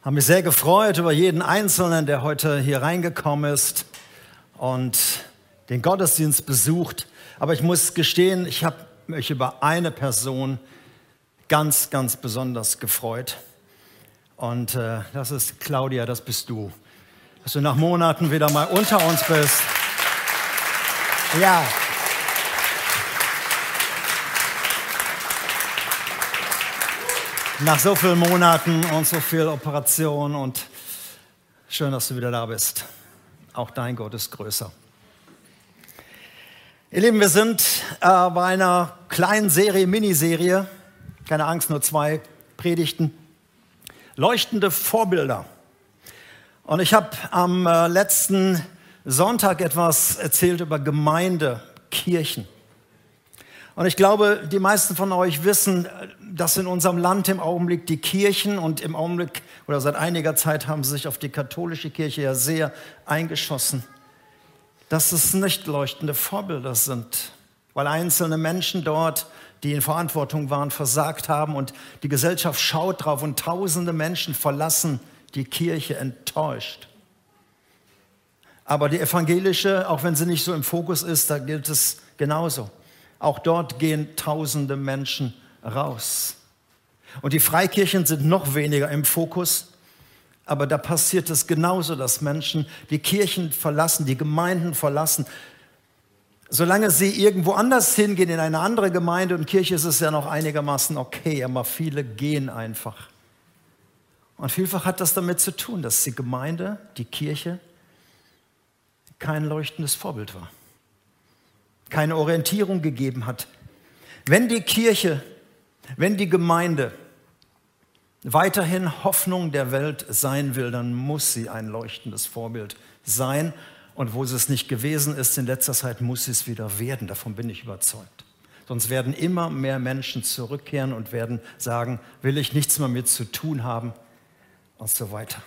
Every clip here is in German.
Habe mich sehr gefreut über jeden Einzelnen, der heute hier reingekommen ist und den Gottesdienst besucht. Aber ich muss gestehen, ich habe mich über eine Person ganz, ganz besonders gefreut. Und das ist Claudia, das bist du. Dass du nach Monaten wieder mal unter uns bist. Ja. Nach so vielen Monaten und so viel Operationen und schön, dass du wieder da bist. Auch dein Gott ist größer. Ihr Lieben, wir sind bei einer kleinen Serie, Miniserie, keine Angst, nur 2 Predigten, leuchtende Vorbilder. Und ich habe am letzten Sonntag etwas erzählt über Gemeinde, Kirchen. Und ich glaube, die meisten von euch wissen, dass in unserem Land im Augenblick die Kirchen und im Augenblick oder seit einiger Zeit haben sie sich auf die katholische Kirche ja sehr eingeschossen, dass es nicht leuchtende Vorbilder sind, weil einzelne Menschen dort, die in Verantwortung waren, versagt haben und die Gesellschaft schaut drauf und tausende Menschen verlassen die Kirche enttäuscht. Aber die evangelische, auch wenn sie nicht so im Fokus ist, da gilt es genauso. Auch dort gehen tausende Menschen raus. Und die Freikirchen sind noch weniger im Fokus, aber da passiert es genauso, dass Menschen die Kirchen verlassen, die Gemeinden verlassen. Solange sie irgendwo anders hingehen, in eine andere Gemeinde und Kirche, ist es ja noch einigermaßen okay, aber viele gehen einfach. Und vielfach hat das damit zu tun, dass die Gemeinde, die Kirche, kein leuchtendes Vorbild war. Keine Orientierung gegeben hat. Wenn die Kirche, wenn die Gemeinde weiterhin Hoffnung der Welt sein will, dann muss sie ein leuchtendes Vorbild sein. Und wo sie es nicht gewesen ist in letzter Zeit, muss sie es wieder werden. Davon bin ich überzeugt. Sonst werden immer mehr Menschen zurückkehren und werden sagen, will ich nichts mehr mit zu tun haben und so weiter.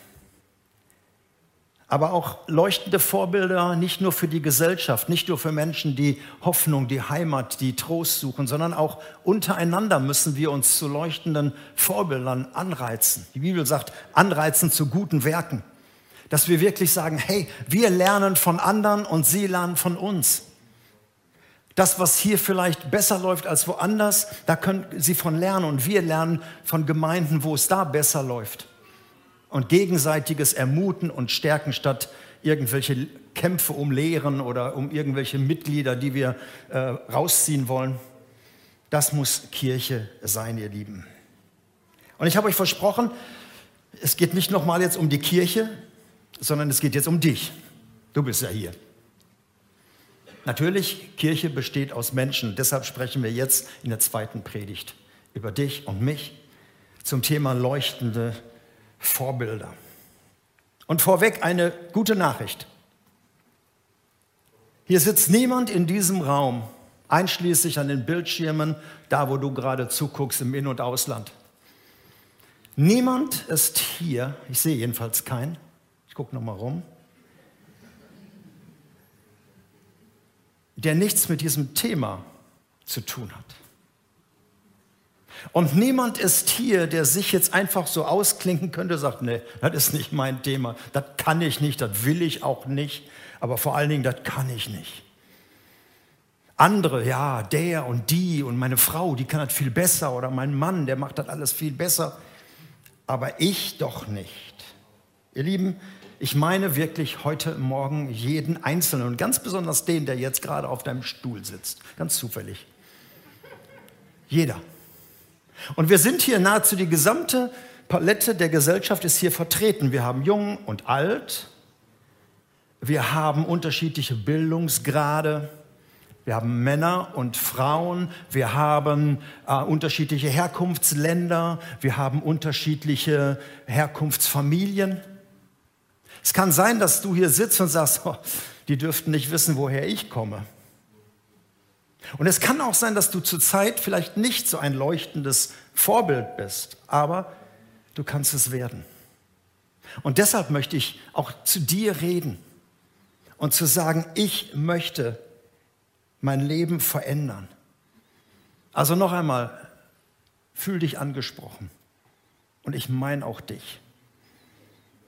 Aber auch leuchtende Vorbilder nicht nur für die Gesellschaft, nicht nur für Menschen, die Hoffnung, die Heimat, die Trost suchen, sondern auch untereinander müssen wir uns zu leuchtenden Vorbildern anreizen. Die Bibel sagt, anreizen zu guten Werken. Dass wir wirklich sagen, hey, wir lernen von anderen und sie lernen von uns. Das, was hier vielleicht besser läuft als woanders, da können sie von lernen und wir lernen von Gemeinden, wo es da besser läuft. Und gegenseitiges Ermuten und Stärken statt irgendwelche Kämpfe um Lehren oder um irgendwelche Mitglieder, die wir rausziehen wollen. Das muss Kirche sein, ihr Lieben. Und ich habe euch versprochen, es geht nicht nochmal jetzt um die Kirche, sondern es geht jetzt um dich. Du bist ja hier. Natürlich, Kirche besteht aus Menschen. Deshalb sprechen wir jetzt in der 2. Predigt über dich und mich zum Thema leuchtende Vorbilder. Und vorweg eine gute Nachricht. Hier sitzt niemand in diesem Raum, einschließlich an den Bildschirmen, da wo du gerade zuguckst im In- und Ausland. Niemand ist hier, ich sehe jedenfalls keinen, ich gucke nochmal rum, der nichts mit diesem Thema zu tun hat. Und niemand ist hier, der sich jetzt einfach so ausklinken könnte, sagt, nee, das ist nicht mein Thema, das kann ich nicht, das will ich auch nicht, aber vor allen Dingen, das kann ich nicht. Andere, ja, der und die und meine Frau, die kann das viel besser oder mein Mann, der macht das alles viel besser, aber ich doch nicht. Ihr Lieben, ich meine wirklich heute Morgen jeden Einzelnen und ganz besonders den, der jetzt gerade auf deinem Stuhl sitzt, ganz zufällig. Jeder. Und wir sind hier nahezu die gesamte Palette der Gesellschaft ist hier vertreten. Wir haben jung und alt, wir haben unterschiedliche Bildungsgrade, wir haben Männer und Frauen, wir haben unterschiedliche Herkunftsländer, wir haben unterschiedliche Herkunftsfamilien. Es kann sein, dass du hier sitzt und sagst, oh, die dürften nicht wissen, woher ich komme. Und es kann auch sein, dass du zurzeit vielleicht nicht so ein leuchtendes Vorbild bist, aber du kannst es werden. Und deshalb möchte ich auch zu dir reden und zu sagen, ich möchte mein Leben verändern. Also noch einmal, fühl dich angesprochen. Und ich meine auch dich.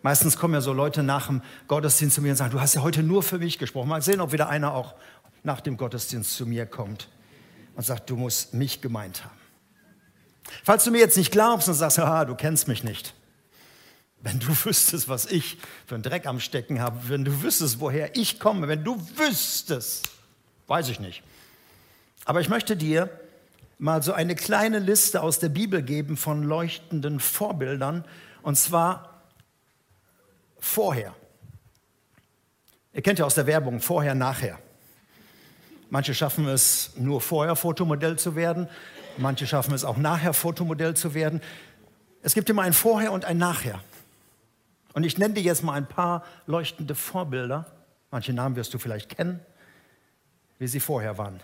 Meistens kommen ja so Leute nach dem Gottesdienst zu mir und sagen, du hast ja heute nur für mich gesprochen. Mal sehen, ob wieder einer auch nach dem Gottesdienst zu mir kommt und sagt, du musst mich gemeint haben. Falls du mir jetzt nicht glaubst und sagst, haha, du kennst mich nicht. Wenn du wüsstest, was ich für einen Dreck am Stecken habe, wenn du wüsstest, woher ich komme, wenn du wüsstest, weiß ich nicht. Aber ich möchte dir mal so eine kleine Liste aus der Bibel geben von leuchtenden Vorbildern, und zwar vorher. Ihr kennt ja aus der Werbung vorher, nachher. Manche schaffen es nur vorher Fotomodell zu werden, manche schaffen es auch nachher Fotomodell zu werden. Es gibt immer ein Vorher und ein Nachher. Und ich nenne dir jetzt mal ein paar leuchtende Vorbilder. Manche Namen wirst du vielleicht kennen, wie sie vorher waren.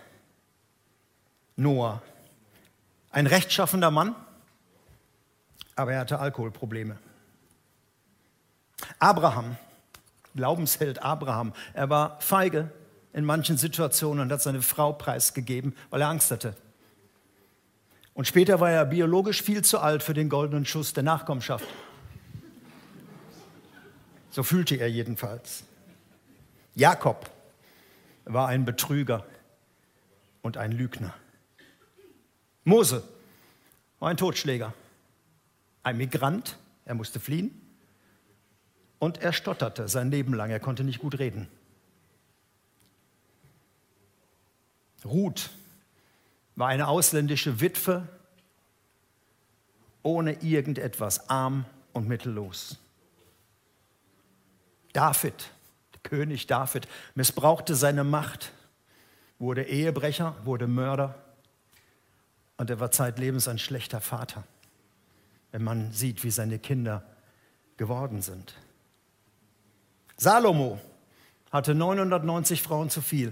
Noah, ein rechtschaffender Mann, aber er hatte Alkoholprobleme. Abraham, Glaubensheld Abraham, er war feige in manchen Situationen und hat seine Frau preisgegeben, weil er Angst hatte. Und später war er biologisch viel zu alt für den goldenen Schuss der Nachkommenschaft. So fühlte er jedenfalls. Jakob war ein Betrüger und ein Lügner. Mose war ein Totschläger, ein Migrant, er musste fliehen und er stotterte sein Leben lang, er konnte nicht gut reden. Ruth war eine ausländische Witwe, ohne irgendetwas, arm und mittellos. David, der König David, missbrauchte seine Macht, wurde Ehebrecher, wurde Mörder und er war zeitlebens ein schlechter Vater, wenn man sieht, wie seine Kinder geworden sind. Salomo hatte 990 Frauen zu viel.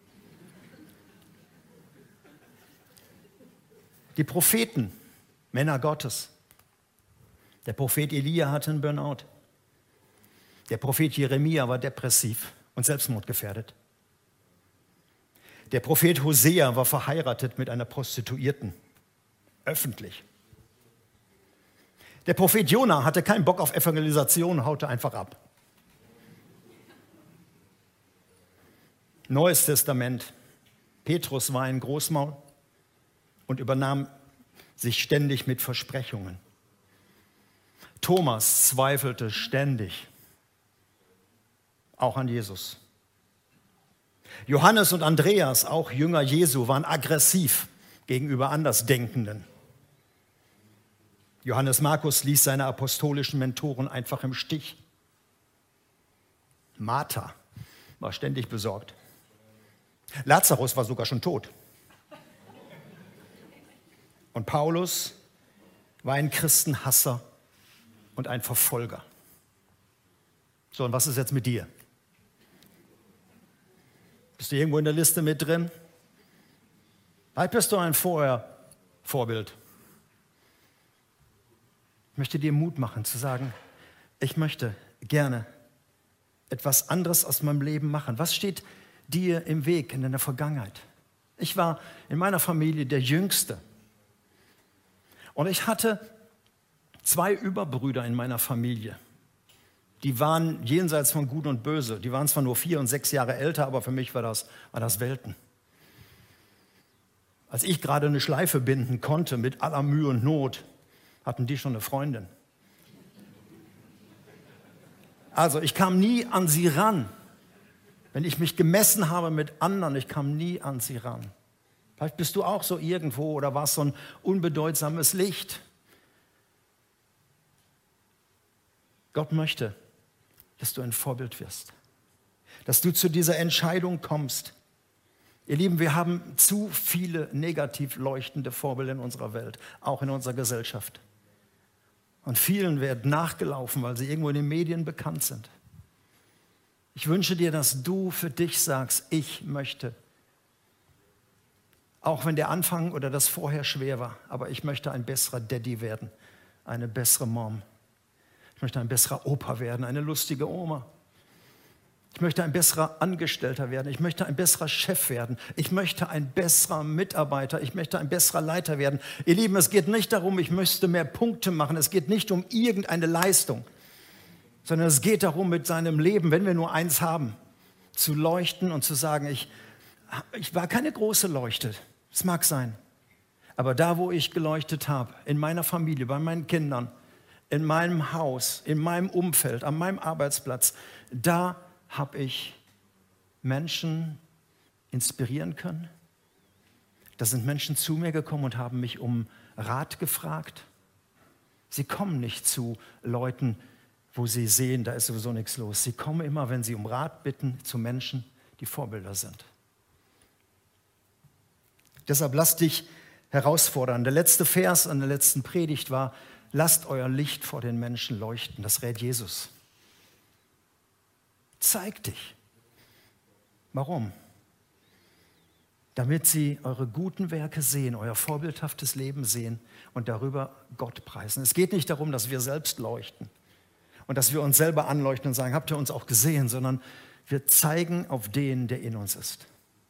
Die Propheten, Männer Gottes. Der Prophet Elia hatte einen Burnout. Der Prophet Jeremia war depressiv und selbstmordgefährdet. Der Prophet Hosea war verheiratet mit einer Prostituierten, öffentlich. Der Prophet Jona hatte keinen Bock auf Evangelisation, haute einfach ab. Neues Testament. Petrus war ein Großmaul und übernahm sich ständig mit Versprechungen. Thomas zweifelte ständig, auch an Jesus. Johannes und Andreas, auch Jünger Jesu, waren aggressiv gegenüber Andersdenkenden. Johannes Markus ließ seine apostolischen Mentoren einfach im Stich. Martha war ständig besorgt. Lazarus war sogar schon tot. Und Paulus war ein Christenhasser und ein Verfolger. So, und was ist jetzt mit dir? Bist du irgendwo in der Liste mit drin? Vielleicht bist du ein Vorbild. Ich möchte dir Mut machen, zu sagen, ich möchte gerne etwas anderes aus meinem Leben machen. Was steht dir im Weg in deiner Vergangenheit? Ich war in meiner Familie der Jüngste. Und ich hatte 2 Überbrüder in meiner Familie. Die waren jenseits von Gut und Böse. Die waren zwar nur 4 und 6 Jahre älter, aber für mich war das Welten. Als ich gerade eine Schleife binden konnte mit aller Mühe und Not, hatten die schon eine Freundin. Also ich kam nie an sie ran. Wenn ich mich gemessen habe mit anderen, ich kam nie an sie ran. Vielleicht bist du auch so irgendwo oder warst so ein unbedeutsames Licht. Gott möchte, dass du ein Vorbild wirst, dass du zu dieser Entscheidung kommst. Ihr Lieben, wir haben zu viele negativ leuchtende Vorbilder in unserer Welt, auch in unserer Gesellschaft. Und vielen wird nachgelaufen, weil sie irgendwo in den Medien bekannt sind. Ich wünsche dir, dass du für dich sagst, ich möchte. Auch wenn der Anfang oder das Vorher schwer war, aber ich möchte ein besserer Daddy werden, eine bessere Mom. Ich möchte ein besserer Opa werden, eine lustige Oma. Ich möchte ein besserer Angestellter werden. Ich möchte ein besserer Chef werden. Ich möchte ein besserer Mitarbeiter. Ich möchte ein besserer Leiter werden. Ihr Lieben, es geht nicht darum, ich müsste mehr Punkte machen. Es geht nicht um irgendeine Leistung. sondern es geht darum, mit seinem Leben, wenn wir nur eins haben, zu leuchten und zu sagen, ich war keine große Leuchte, es mag sein, aber da, wo ich geleuchtet habe, in meiner Familie, bei meinen Kindern, in meinem Haus, in meinem Umfeld, an meinem Arbeitsplatz, da habe ich Menschen inspirieren können. Da sind Menschen zu mir gekommen und haben mich um Rat gefragt. Sie kommen nicht zu Leuten, wo sie sehen, da ist sowieso nichts los. Sie kommen immer, wenn sie um Rat bitten, zu Menschen, die Vorbilder sind. Deshalb lass dich herausfordern. Der letzte Vers an der letzten Predigt war, lasst euer Licht vor den Menschen leuchten. Das rät Jesus. Zeig dich. Warum? Damit sie eure guten Werke sehen, euer vorbildhaftes Leben sehen und darüber Gott preisen. Es geht nicht darum, dass wir selbst leuchten und dass wir uns selber anleuchten und sagen, habt ihr uns auch gesehen, sondern wir zeigen auf den, der in uns ist.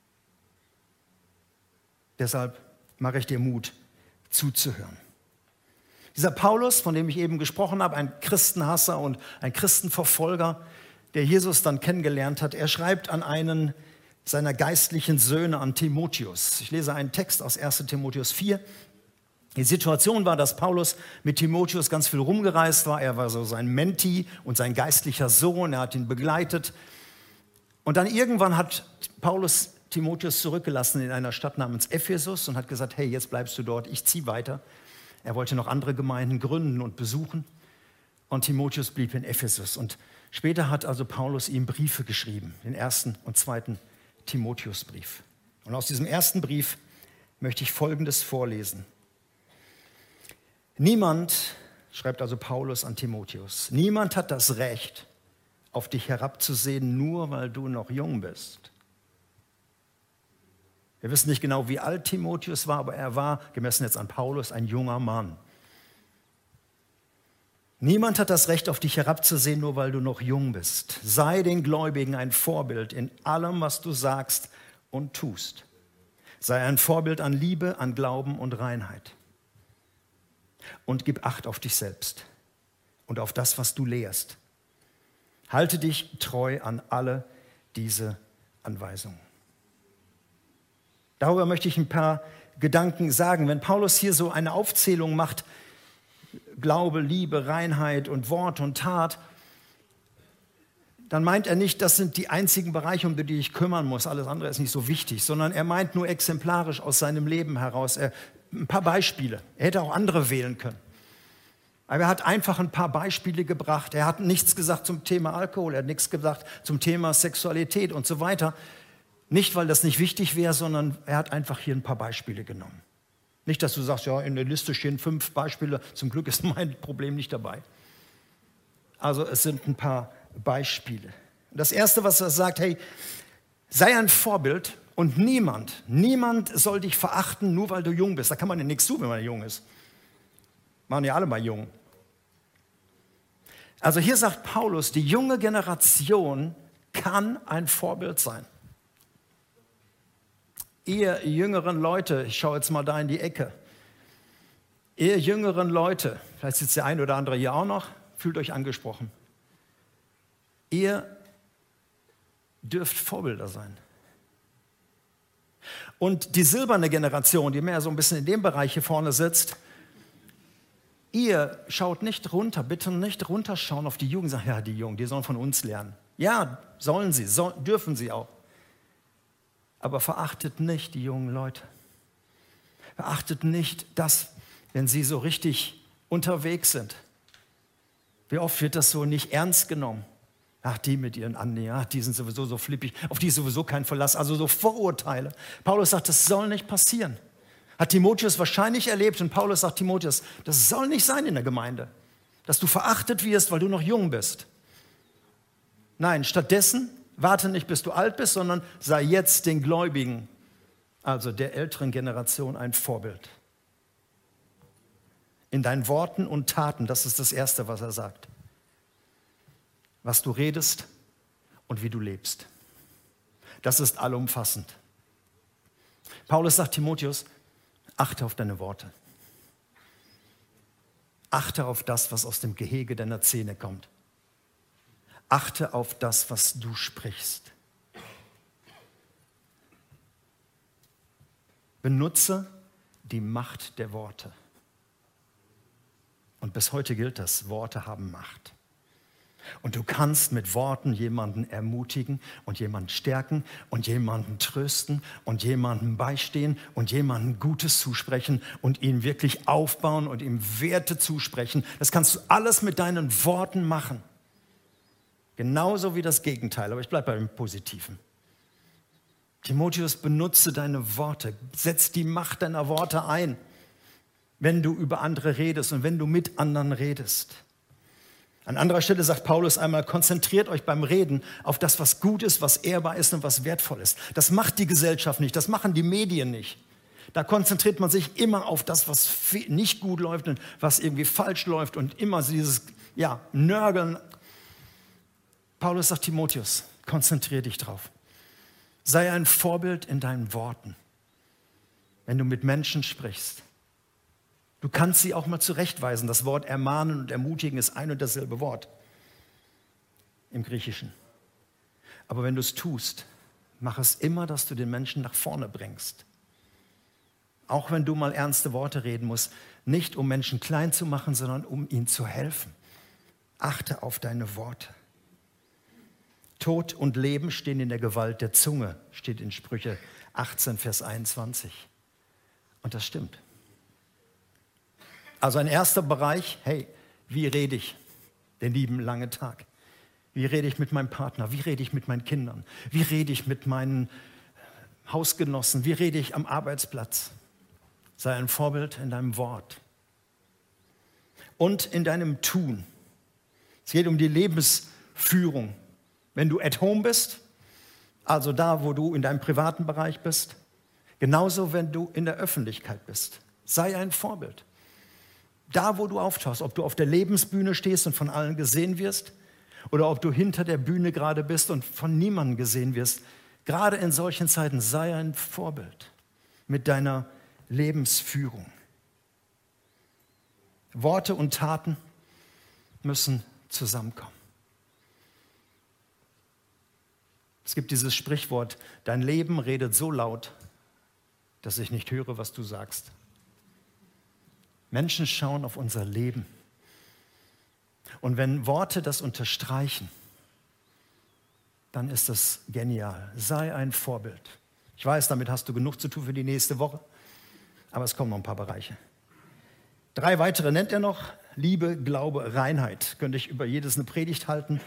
Deshalb mache ich dir Mut, zuzuhören. Dieser Paulus, von dem ich eben gesprochen habe, ein Christenhasser und ein Christenverfolger, der Jesus dann kennengelernt hat, er schreibt an einen seiner geistlichen Söhne, an Timotheus. Ich lese einen Text aus 1. Timotheus 4. Die Situation war, dass Paulus mit Timotheus ganz viel rumgereist war. Er war so sein Menti und sein geistlicher Sohn. Er hat ihn begleitet. Und dann irgendwann hat Paulus Timotheus zurückgelassen in einer Stadt namens Ephesus und hat gesagt, hey, jetzt bleibst du dort, ich ziehe weiter. Er wollte noch andere Gemeinden gründen und besuchen. Und Timotheus blieb in Ephesus. Und später hat also Paulus ihm Briefe geschrieben, den 1. und 2. Timotheusbrief. Und aus diesem ersten Brief möchte ich Folgendes vorlesen. Niemand, schreibt also Paulus an Timotheus, niemand hat das Recht, auf dich herabzusehen, nur weil du noch jung bist. Wir wissen nicht genau, wie alt Timotheus war, aber er war, gemessen jetzt an Paulus, ein junger Mann. Niemand hat das Recht, auf dich herabzusehen, nur weil du noch jung bist. Sei den Gläubigen ein Vorbild in allem, was du sagst und tust. Sei ein Vorbild an Liebe, an Glauben und Reinheit. Und gib Acht auf dich selbst und auf das, was du lehrst. Halte dich treu an alle diese Anweisungen. Darüber möchte ich ein paar Gedanken sagen. Wenn Paulus hier so eine Aufzählung macht, Glaube, Liebe, Reinheit und Wort und Tat, dann meint er nicht, das sind die einzigen Bereiche, um die ich kümmern muss, alles andere ist nicht so wichtig, sondern er meint nur exemplarisch aus seinem Leben heraus. Ein paar Beispiele. Er hätte auch andere wählen können. Aber er hat einfach ein paar Beispiele gebracht. Er hat nichts gesagt zum Thema Alkohol, er hat nichts gesagt zum Thema Sexualität und so weiter. Nicht, weil das nicht wichtig wäre, sondern er hat einfach hier ein paar Beispiele genommen. Nicht, dass du sagst, ja, in der Liste stehen 5 Beispiele, zum Glück ist mein Problem nicht dabei. Also es sind ein paar Beispiele. Das Erste, was er sagt, hey, sei ein Vorbild und niemand soll dich verachten, nur weil du jung bist. Da kann man ja nichts tun, wenn man jung ist. Waren ja alle mal jung. Also hier sagt Paulus, die junge Generation kann ein Vorbild sein. Ihr jüngeren Leute, ich schaue jetzt mal da in die Ecke, ihr jüngeren Leute, vielleicht sitzt der ein oder andere hier auch noch, fühlt euch angesprochen. Ihr dürft Vorbilder sein. Und die silberne Generation, die mehr so ein bisschen in dem Bereich hier vorne sitzt, ihr schaut nicht runter, bitte nicht runterschauen auf die Jugend, sagen, ja, die Jungen, die sollen von uns lernen. Ja, sollen sie, dürfen sie auch. Aber verachtet nicht die jungen Leute. Verachtet nicht das, wenn sie so richtig unterwegs sind. Wie oft wird das so nicht ernst genommen? Ach, die mit ihren Annähern, die sind sowieso so flippig, auf die ist sowieso kein Verlass, also so Vorurteile. Paulus sagt, das soll nicht passieren. Hat Timotheus wahrscheinlich erlebt und Paulus sagt, Timotheus, das soll nicht sein in der Gemeinde, dass du verachtet wirst, weil du noch jung bist. Nein, stattdessen warte nicht, bis du alt bist, sondern sei jetzt den Gläubigen, also der älteren Generation, ein Vorbild. In deinen Worten und Taten, das ist das Erste, was er sagt. Was du redest und wie du lebst. Das ist allumfassend. Paulus sagt Timotheus, achte auf deine Worte. Achte auf das, was aus dem Gehege deiner Zähne kommt. Achte auf das, was du sprichst. Benutze die Macht der Worte. Und bis heute gilt das, Worte haben Macht. Und du kannst mit Worten jemanden ermutigen und jemanden stärken und jemanden trösten und jemanden beistehen und jemanden Gutes zusprechen und ihn wirklich aufbauen und ihm Werte zusprechen. Das kannst du alles mit deinen Worten machen. Genauso wie das Gegenteil, aber ich bleibe beim Positiven. Timotheus, benutze deine Worte, setz die Macht deiner Worte ein, wenn du über andere redest und wenn du mit anderen redest. An anderer Stelle sagt Paulus einmal, konzentriert euch beim Reden auf das, was gut ist, was ehrbar ist und was wertvoll ist. Das macht die Gesellschaft nicht, das machen die Medien nicht. Da konzentriert man sich immer auf das, was nicht gut läuft und was irgendwie falsch läuft und immer dieses Nörgeln. Paulus sagt, Timotheus, konzentrier dich drauf. Sei ein Vorbild in deinen Worten, wenn du mit Menschen sprichst. Du kannst sie auch mal zurechtweisen. Das Wort ermahnen und ermutigen ist ein und dasselbe Wort im Griechischen. Aber wenn du es tust, mach es immer, dass du den Menschen nach vorne bringst. Auch wenn du mal ernste Worte reden musst, nicht um Menschen klein zu machen, sondern um ihnen zu helfen. Achte auf deine Worte. Tod und Leben stehen in der Gewalt der Zunge, steht in Sprüche 18, Vers 21. Und das stimmt. Also ein erster Bereich, hey, wie rede ich den lieben langen Tag? Wie rede ich mit meinem Partner? Wie rede ich mit meinen Kindern? Wie rede ich mit meinen Hausgenossen? Wie rede ich am Arbeitsplatz? Sei ein Vorbild in deinem Wort und in deinem Tun. Es geht um die Lebensführung. Wenn du at home bist, also da, wo du in deinem privaten Bereich bist, genauso, wenn du in der Öffentlichkeit bist. Sei ein Vorbild. Da, wo du auftauchst, ob du auf der Lebensbühne stehst und von allen gesehen wirst oder ob du hinter der Bühne gerade bist und von niemandem gesehen wirst, gerade in solchen Zeiten sei ein Vorbild mit deiner Lebensführung. Worte und Taten müssen zusammenkommen. Es gibt dieses Sprichwort, dein Leben redet so laut, dass ich nicht höre, was du sagst. Menschen schauen auf unser Leben. Und wenn Worte das unterstreichen, dann ist das genial. Sei ein Vorbild. Ich weiß, damit hast du genug zu tun für die nächste Woche, aber es kommen noch ein paar Bereiche. 3 weitere nennt er noch. Liebe, Glaube, Reinheit. Könnte ich über jedes eine Predigt halten.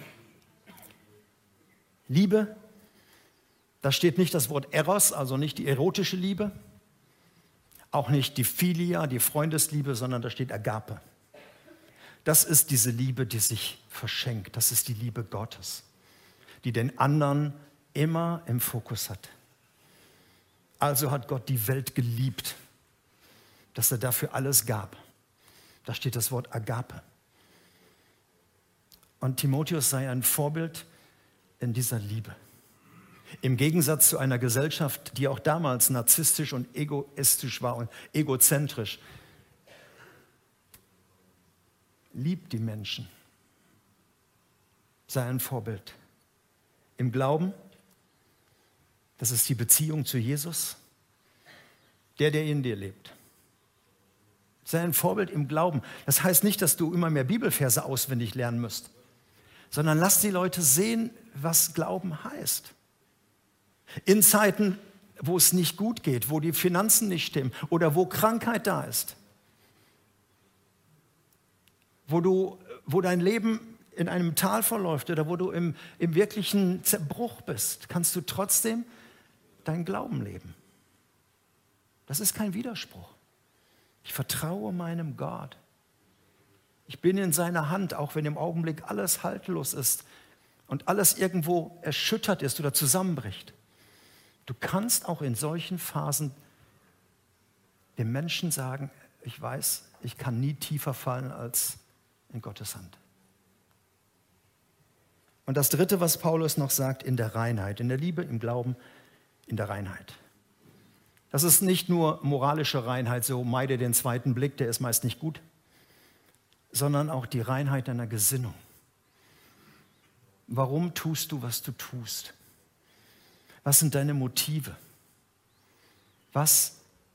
Liebe, da steht nicht das Wort Eros, also nicht die erotische Liebe, auch nicht die Philia, die Freundesliebe, sondern da steht Agape. Das ist diese Liebe, die sich verschenkt. Das ist die Liebe Gottes, die den anderen immer im Fokus hat. Also hat Gott die Welt geliebt, dass er dafür alles gab. Da steht das Wort Agape. Und Timotheus sei ein Vorbild in dieser Liebe. Im Gegensatz zu einer Gesellschaft, die auch damals narzisstisch und egoistisch war und egozentrisch. Lieb die Menschen. Sei ein Vorbild. Im Glauben, das ist die Beziehung zu Jesus, der in dir lebt. Sei ein Vorbild im Glauben. Das heißt nicht, dass du immer mehr Bibelverse auswendig lernen musst, sondern lass die Leute sehen, was Glauben heißt. In Zeiten, wo es nicht gut geht, wo die Finanzen nicht stimmen oder wo Krankheit da ist, wo dein Leben in einem Tal verläuft oder wo du im wirklichen Zerbruch bist, kannst du trotzdem deinen Glauben leben. Das ist kein Widerspruch. Ich vertraue meinem Gott. Ich bin in seiner Hand, auch wenn im Augenblick alles haltlos ist und alles irgendwo erschüttert ist oder zusammenbricht. Du kannst auch in solchen Phasen dem Menschen sagen, ich weiß, ich kann nie tiefer fallen als in Gottes Hand. Und das Dritte, was Paulus noch sagt, in der Reinheit, in der Liebe, im Glauben, in der Reinheit. Das ist nicht nur moralische Reinheit, so meide den zweiten Blick, der ist meist nicht gut, sondern auch die Reinheit deiner Gesinnung. warum tust du, was du tust? Was sind deine Motive? Was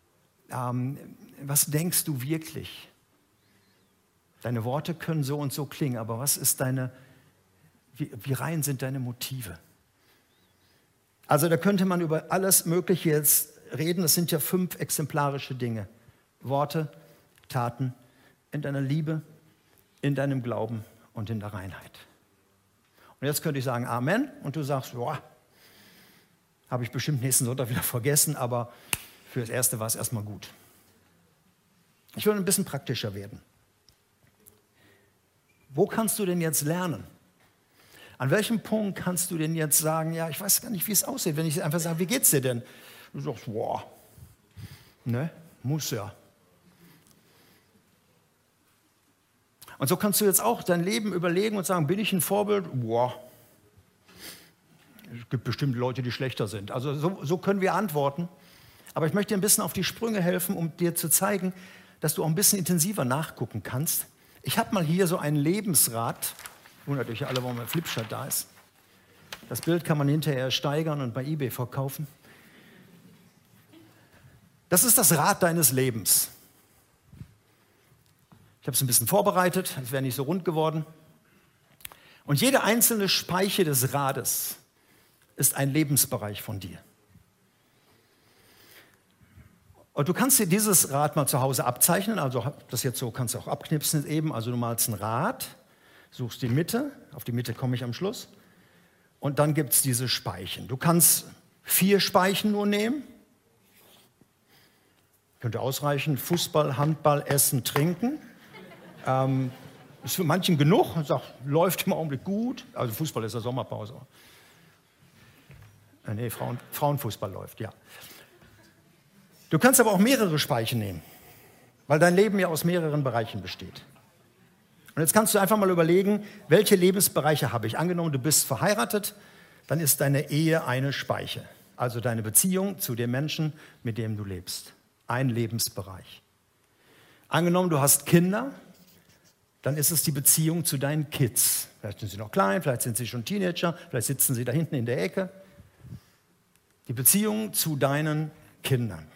denkst du wirklich? Deine Worte können so und so klingen, aber was ist wie rein sind deine Motive? Also da könnte man über alles Mögliche jetzt reden. Das sind ja 5 exemplarische Dinge. Worte, Taten, in deiner Liebe, in deinem Glauben und in der Reinheit. Und jetzt könnte ich sagen Amen und du sagst, boah, habe ich bestimmt nächsten Sonntag wieder vergessen, aber für das Erste war es erstmal gut. Ich will ein bisschen praktischer werden. Wo kannst du denn jetzt lernen? An welchem Punkt kannst du denn jetzt sagen, ja, ich weiß gar nicht, wie es aussieht, wenn ich einfach sage, wie geht's dir denn? Du sagst, boah, ne, muss ja. Und so kannst du jetzt auch dein Leben überlegen und sagen, bin ich ein Vorbild? Boah, es gibt bestimmt Leute, die schlechter sind. Also so können wir antworten. Aber ich möchte dir ein bisschen auf die Sprünge helfen, um dir zu zeigen, dass du auch ein bisschen intensiver nachgucken kannst. Ich habe mal hier so ein Lebensrad. Wundert euch alle, warum ein Flipchart da ist. Das Bild kann man hinterher steigern und bei eBay verkaufen. Das ist das Rad deines Lebens. Ich habe es ein bisschen vorbereitet, es wäre nicht so rund geworden. Und jede einzelne Speiche des Rades ist ein Lebensbereich von dir. Und du kannst dir dieses Rad mal zu Hause abzeichnen, also das jetzt so kannst du auch abknipsen eben. Also du malst ein Rad, suchst die Mitte, auf die Mitte komme ich am Schluss. Und dann gibt es diese Speichen. Du kannst 4 Speichen nur nehmen. Könnte ausreichen, Fußball, Handball, Essen, Trinken. Ist für manchen genug, läuft im Augenblick gut. Also Fußball ist ja Sommerpause. Nee, Frauenfußball läuft, ja. Du kannst aber auch mehrere Speichen nehmen, weil dein Leben ja aus mehreren Bereichen besteht. Und jetzt kannst du einfach mal überlegen, welche Lebensbereiche habe ich? Angenommen, du bist verheiratet, dann ist deine Ehe eine Speiche. Also deine Beziehung zu dem Menschen, mit dem du lebst. Ein Lebensbereich. Angenommen, du hast Kinder, dann ist es die Beziehung zu deinen Kids. Vielleicht sind sie noch klein, vielleicht sind sie schon Teenager, vielleicht sitzen sie da hinten in der Ecke. Die Beziehung zu deinen Kindern.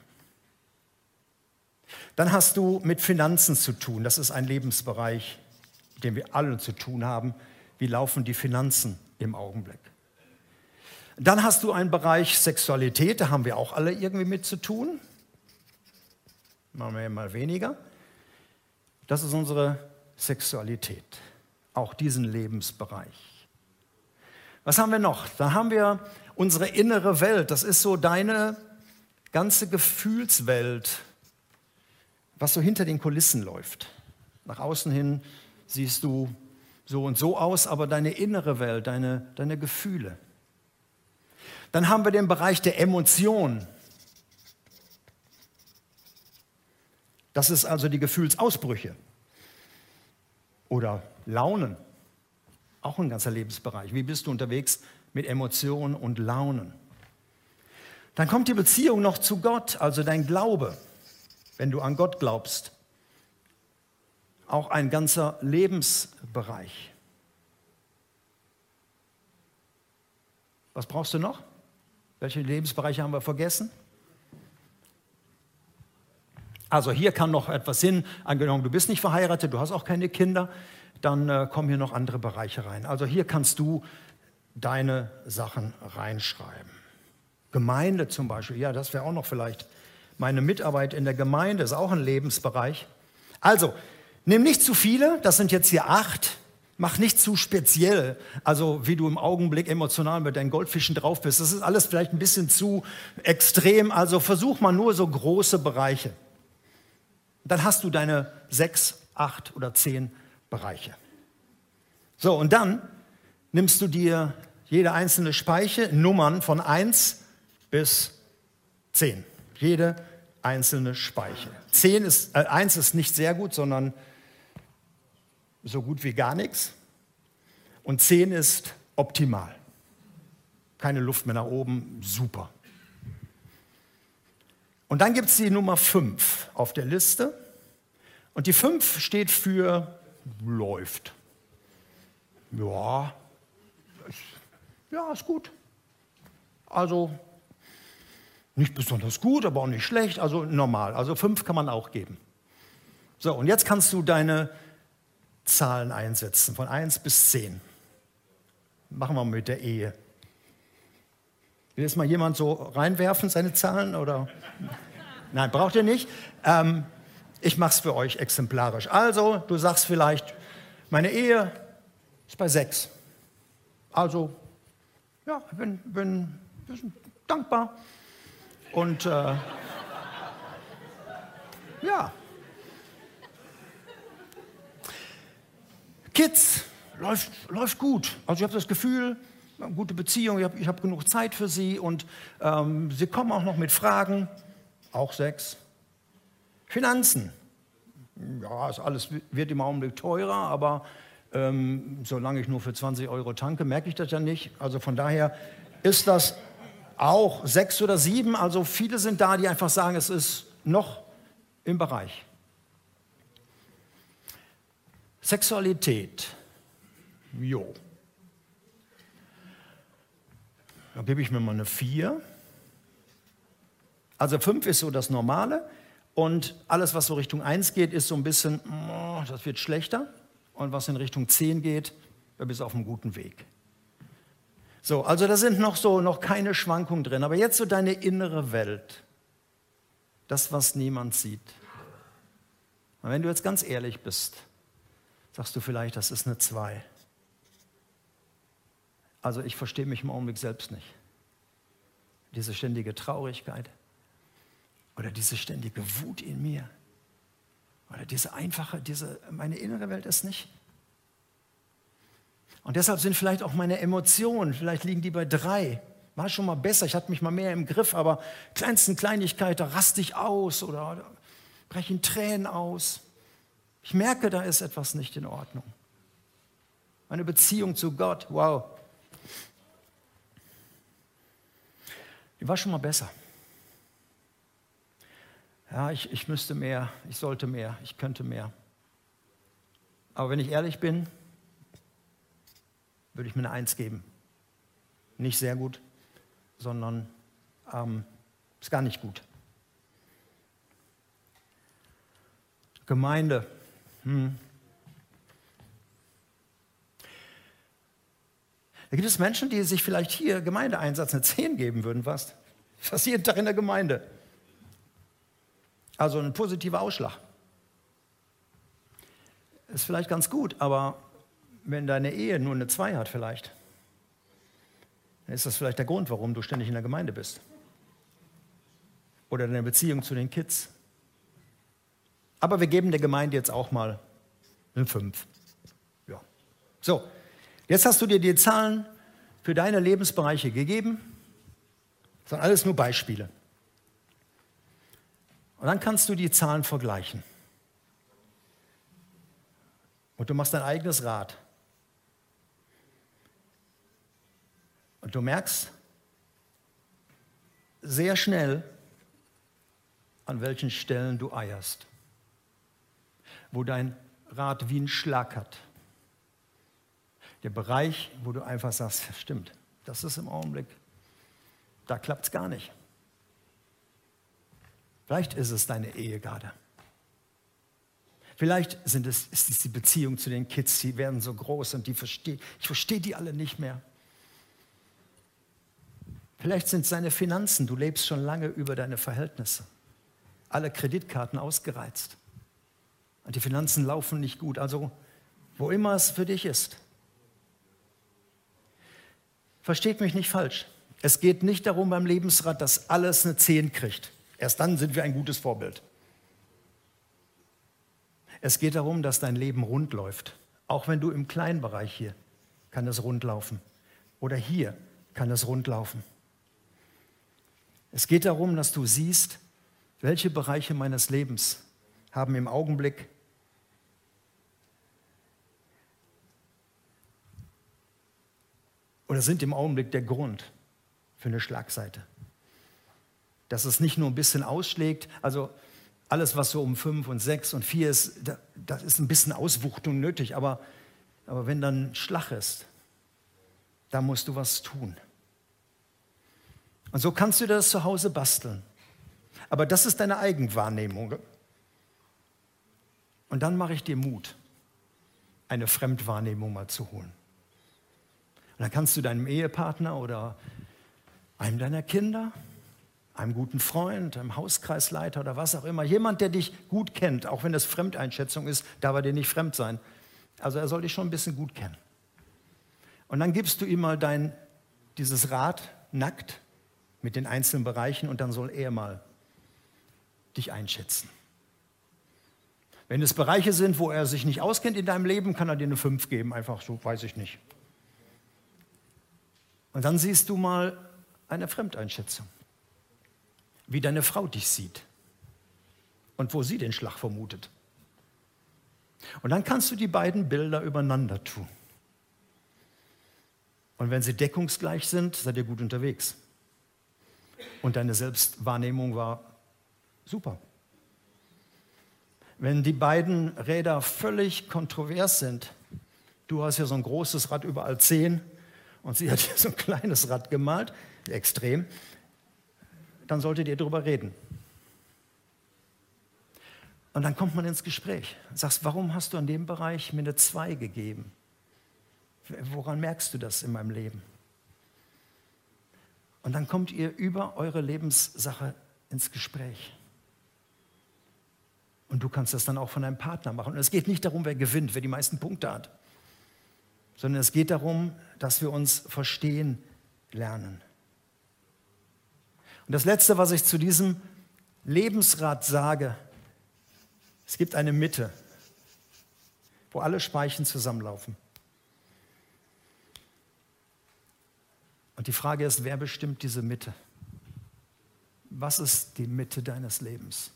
Dann hast du mit Finanzen zu tun. Das ist ein Lebensbereich, mit dem wir alle zu tun haben. Wie laufen die Finanzen im Augenblick? Dann hast du einen Bereich Sexualität, da haben wir auch alle irgendwie mit zu tun. Machen wir mal weniger. Das ist unsere Sexualität, auch diesen Lebensbereich. Was haben wir noch? Dann haben wir unsere innere Welt. Das ist so deine ganze Gefühlswelt, was so hinter den Kulissen läuft. Nach außen hin siehst du so und so aus, aber deine innere Welt, deine Gefühle. Dann haben wir den Bereich der Emotionen. Das ist also die Gefühlsausbrüche oder Launen. Auch ein ganzer Lebensbereich. Wie bist du unterwegs mit Emotionen und Launen? Dann kommt die Beziehung noch zu Gott, also dein Glaube, wenn du an Gott glaubst. Auch ein ganzer Lebensbereich. Was brauchst du noch? Welche Lebensbereiche haben wir vergessen? Also hier kann noch etwas hin. Angenommen, du bist nicht verheiratet, du hast auch keine Kinder, dann kommen hier noch andere Bereiche rein. Also hier kannst du deine Sachen reinschreiben. Gemeinde zum Beispiel, ja, das wäre auch noch vielleicht. Meine Mitarbeit in der Gemeinde ist auch ein Lebensbereich. Also, nimm nicht zu viele, das sind jetzt hier 8. Mach nicht zu speziell, also wie du im Augenblick emotional mit deinen Goldfischen drauf bist. Das ist alles vielleicht ein bisschen zu extrem, also versuch mal nur so große Bereiche. Dann hast du deine 6, 8 oder 10 Bereiche. So, und dann nimmst du dir jede einzelne Speiche, Nummern von 1 bis 10. Jede einzelne Speiche. 1 ist nicht sehr gut, sondern so gut wie gar nichts. Und 10 ist optimal. Keine Luft mehr nach oben, super. Und dann gibt es die Nummer 5 auf der Liste. Und die 5 steht für läuft. Ja, ja, ist gut. Also nicht besonders gut, aber auch nicht schlecht, also normal. Also 5 kann man auch geben. So, und jetzt kannst du deine Zahlen einsetzen, von 1 bis 10. Machen wir mit der Ehe. Will jetzt mal jemand so reinwerfen, seine Zahlen? Oder? Nein, braucht ihr nicht. Ich mache es für euch exemplarisch. Also, du sagst vielleicht, meine Ehe ist bei 6. Also, ja, bin dankbar. Und ja, Kids, läuft gut. Also ich habe das Gefühl, eine gute Beziehung, ich hab genug Zeit für sie und sie kommen auch noch mit Fragen, auch 6. Finanzen, ja, alles wird im Augenblick teurer, aber solange ich nur für 20 € tanke, merke ich das ja nicht. Also von daher ist das auch 6 oder 7. Also viele sind da, die einfach sagen, es ist noch im Bereich. Sexualität, jo. Da gebe ich mir mal eine 4. Also 5 ist so das Normale und alles, was so Richtung 1 geht, ist so ein bisschen, das wird schlechter. Und was in Richtung 10 geht, da bist du auf einem guten Weg. So, also da sind noch keine Schwankungen drin. Aber jetzt so deine innere Welt. Das, was niemand sieht. Und wenn du jetzt ganz ehrlich bist, sagst du vielleicht, das ist eine 2. Also ich verstehe mich im Augenblick selbst nicht. Diese ständige Traurigkeit oder diese ständige Wut in mir oder meine innere Welt ist nicht. Und deshalb sind vielleicht auch meine Emotionen, vielleicht liegen die bei 3. War schon mal besser, ich hatte mich mal mehr im Griff, aber kleinsten Kleinigkeit, da raste ich aus oder breche in Tränen aus. Ich merke, da ist etwas nicht in Ordnung. Meine Beziehung zu Gott, wow. Die war schon mal besser. Ja, ich müsste mehr, ich sollte mehr, ich könnte mehr. Aber wenn ich ehrlich bin, würde ich mir eine 1 geben. Nicht sehr gut, sondern ist gar nicht gut. Gemeinde. Da gibt es Menschen, die sich vielleicht hier Gemeindeeinsatz eine 10 geben würden, fast jeden Tag in der Gemeinde. Also ein positiver Ausschlag. Ist vielleicht ganz gut, aber wenn deine Ehe nur eine 2 hat vielleicht, dann ist das vielleicht der Grund, warum du ständig in der Gemeinde bist. Oder deine Beziehung zu den Kids. Aber wir geben der Gemeinde jetzt auch mal eine 5. Ja. So, jetzt hast du dir die Zahlen für deine Lebensbereiche gegeben. Das sind alles nur Beispiele. Und dann kannst du die Zahlen vergleichen. Und du machst dein eigenes Rad. Und du merkst sehr schnell, an welchen Stellen du eierst. Wo dein Rad wie einen Schlag hat. Der Bereich, wo du einfach sagst, ja, stimmt, das ist im Augenblick, da klappt es gar nicht. Vielleicht ist es deine Ehe gerade. Vielleicht ist es die Beziehung zu den Kids, die werden so groß und ich verstehe die alle nicht mehr. Vielleicht sind es deine Finanzen, du lebst schon lange über deine Verhältnisse. Alle Kreditkarten ausgereizt. Und die Finanzen laufen nicht gut, also wo immer es für dich ist. Versteht mich nicht falsch. Es geht nicht darum beim Lebensrad, dass alles eine 10 kriegt. Erst dann sind wir ein gutes Vorbild. Es geht darum, dass dein Leben rund läuft. Auch wenn du im kleinen Bereich hier kann es rund laufen. Oder hier kann es rund laufen. Es geht darum, dass du siehst, welche Bereiche meines Lebens haben im Augenblick oder sind im Augenblick der Grund für eine Schlagseite. Dass es nicht nur ein bisschen ausschlägt, also alles, was so um 5 und 6 und 4 ist, da ist ein bisschen Auswuchtung nötig, aber wenn dann Schlag ist, Da musst du was tun. Und so kannst du das zu Hause basteln. Aber das ist deine Eigenwahrnehmung. Und dann mache ich dir Mut, eine Fremdwahrnehmung mal zu holen. Und dann kannst du deinem Ehepartner oder einem deiner Kinder, einem guten Freund, einem Hauskreisleiter oder was auch immer, jemand, der dich gut kennt, auch wenn das Fremdeinschätzung ist, darf er dir nicht fremd sein. Also er soll dich schon ein bisschen gut kennen. Und dann gibst du ihm mal dieses Rad nackt mit den einzelnen Bereichen und dann soll er mal dich einschätzen. Wenn es Bereiche sind, wo er sich nicht auskennt in deinem Leben, kann er dir eine 5 geben, einfach so, weiß ich nicht. Und dann siehst du mal eine Fremdeinschätzung, wie deine Frau dich sieht und wo sie den Schlag vermutet. Und dann kannst du die beiden Bilder übereinander tun. Und wenn sie deckungsgleich sind, seid ihr gut unterwegs. Und deine Selbstwahrnehmung war super. Wenn die beiden Räder völlig kontrovers sind, du hast ja so ein großes Rad überall 10 und sie hat ja so ein kleines Rad gemalt, extrem, dann solltet ihr darüber reden. Und dann kommt man ins Gespräch. Sagst, warum hast du an dem Bereich mir eine 2 gegeben? Woran merkst du das in meinem Leben? Und dann kommt ihr über eure Lebenssache ins Gespräch. Und du kannst das dann auch von deinem Partner machen. Und es geht nicht darum, wer gewinnt, wer die meisten Punkte hat, sondern es geht darum, dass wir uns verstehen lernen. Und das Letzte, was ich zu diesem Lebensrat sage, es gibt eine Mitte, wo alle Speichen zusammenlaufen. Und die Frage ist, wer bestimmt diese Mitte? Was ist die Mitte deines Lebens?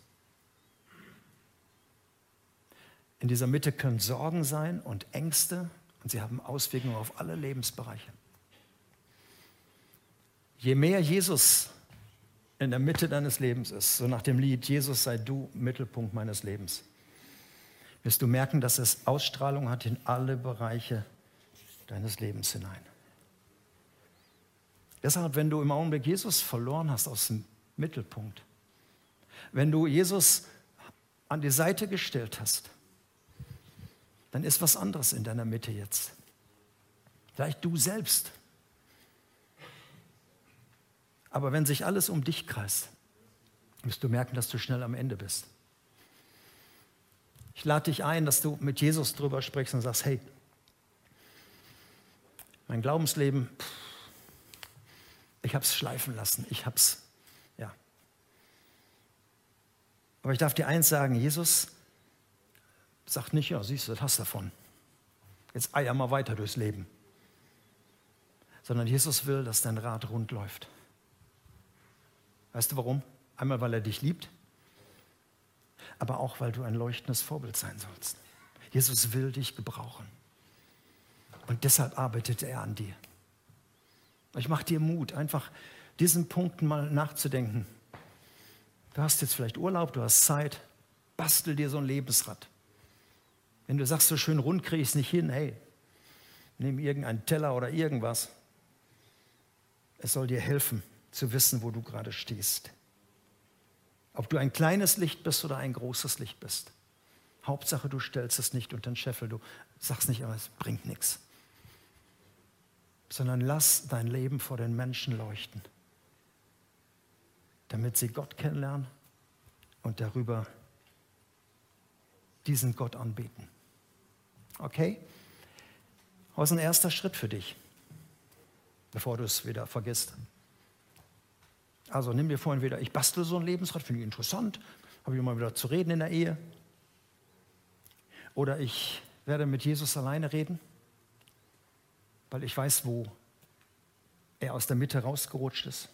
In dieser Mitte können Sorgen sein und Ängste und sie haben Auswirkungen auf alle Lebensbereiche. Je mehr Jesus in der Mitte deines Lebens ist, so nach dem Lied, Jesus sei du Mittelpunkt meines Lebens, wirst du merken, dass es Ausstrahlung hat in alle Bereiche deines Lebens hinein. Deshalb, wenn du im Augenblick Jesus verloren hast aus dem Mittelpunkt, wenn du Jesus an die Seite gestellt hast, dann ist was anderes in deiner Mitte jetzt. Vielleicht du selbst. Aber wenn sich alles um dich kreist, wirst du merken, dass du schnell am Ende bist. Ich lade dich ein, dass du mit Jesus drüber sprichst und sagst, hey, mein Glaubensleben, ich habe es schleifen lassen, ja. Aber ich darf dir eins sagen, Jesus sagt nicht, ja, siehst du, das hast du davon. Jetzt eier mal weiter durchs Leben. Sondern Jesus will, dass dein Rad rund läuft. Weißt du warum? Einmal, weil er dich liebt, aber auch, weil du ein leuchtendes Vorbild sein sollst. Jesus will dich gebrauchen. Und deshalb arbeitet er an dir. Ich mache dir Mut, einfach diesen Punkten mal nachzudenken. Du hast jetzt vielleicht Urlaub, du hast Zeit, bastel dir so ein Lebensrad. Wenn du sagst, so schön rund kriege ich es nicht hin, hey, nimm irgendeinen Teller oder irgendwas. Es soll dir helfen, zu wissen, wo du gerade stehst. Ob du ein kleines Licht bist oder ein großes Licht bist. Hauptsache, du stellst es nicht unter den Scheffel. Du sagst nicht, aber es bringt nichts. Sondern lass dein Leben vor den Menschen leuchten, damit sie Gott kennenlernen und darüber diesen Gott anbeten. Okay? Das ist ein erster Schritt für dich, bevor du es wieder vergisst. Also nimm dir vorhin wieder, ich bastle so ein Lebensrad, finde ich interessant, habe ich mal wieder zu reden in der Ehe. Oder ich werde mit Jesus alleine reden, weil ich weiß, wo er aus der Mitte rausgerutscht ist.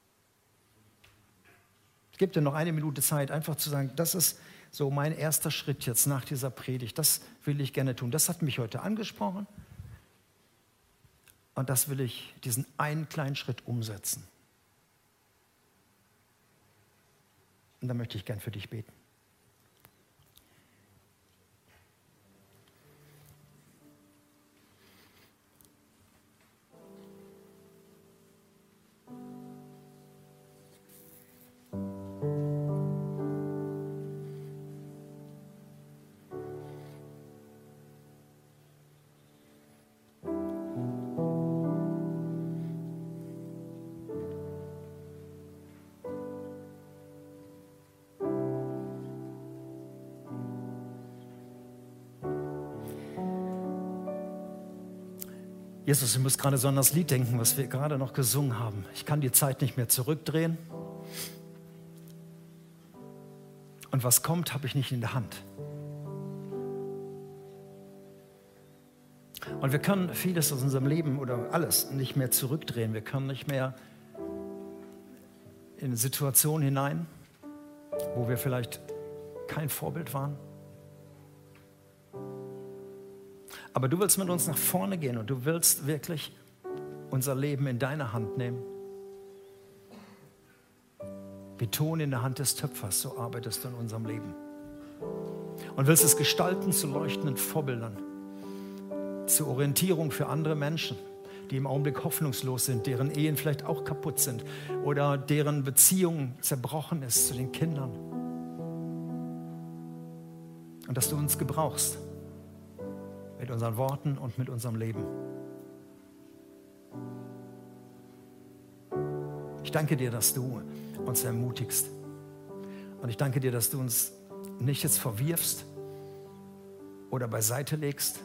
Ich gebe dir noch 1 Minute Zeit, einfach zu sagen, das ist so mein erster Schritt jetzt nach dieser Predigt. Das will ich gerne tun. Das hat mich heute angesprochen. Und das will ich, diesen einen kleinen Schritt umsetzen. Und dann möchte ich gern für dich beten. Jesus, ich muss gerade so an das Lied denken, was wir gerade noch gesungen haben. Ich kann die Zeit nicht mehr zurückdrehen. Und was kommt, habe ich nicht in der Hand. Und wir können vieles aus unserem Leben oder alles nicht mehr zurückdrehen. Wir können nicht mehr in Situationen hinein, wo wir vielleicht kein Vorbild waren. Aber du willst mit uns nach vorne gehen und du willst wirklich unser Leben in deine Hand nehmen. Wie Ton in der Hand des Töpfers, so arbeitest du in unserem Leben. Und willst es gestalten zu leuchtenden Vorbildern, zur Orientierung für andere Menschen, die im Augenblick hoffnungslos sind, deren Ehen vielleicht auch kaputt sind oder deren Beziehung zerbrochen ist zu den Kindern. Und dass du uns gebrauchst mit unseren Worten und mit unserem Leben. Ich danke dir, dass du uns ermutigst. Und ich danke dir, dass du uns nicht jetzt verwirfst oder beiseite legst,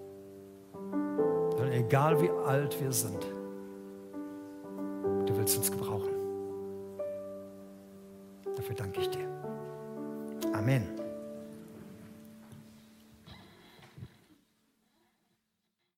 sondern egal wie alt wir sind, du willst uns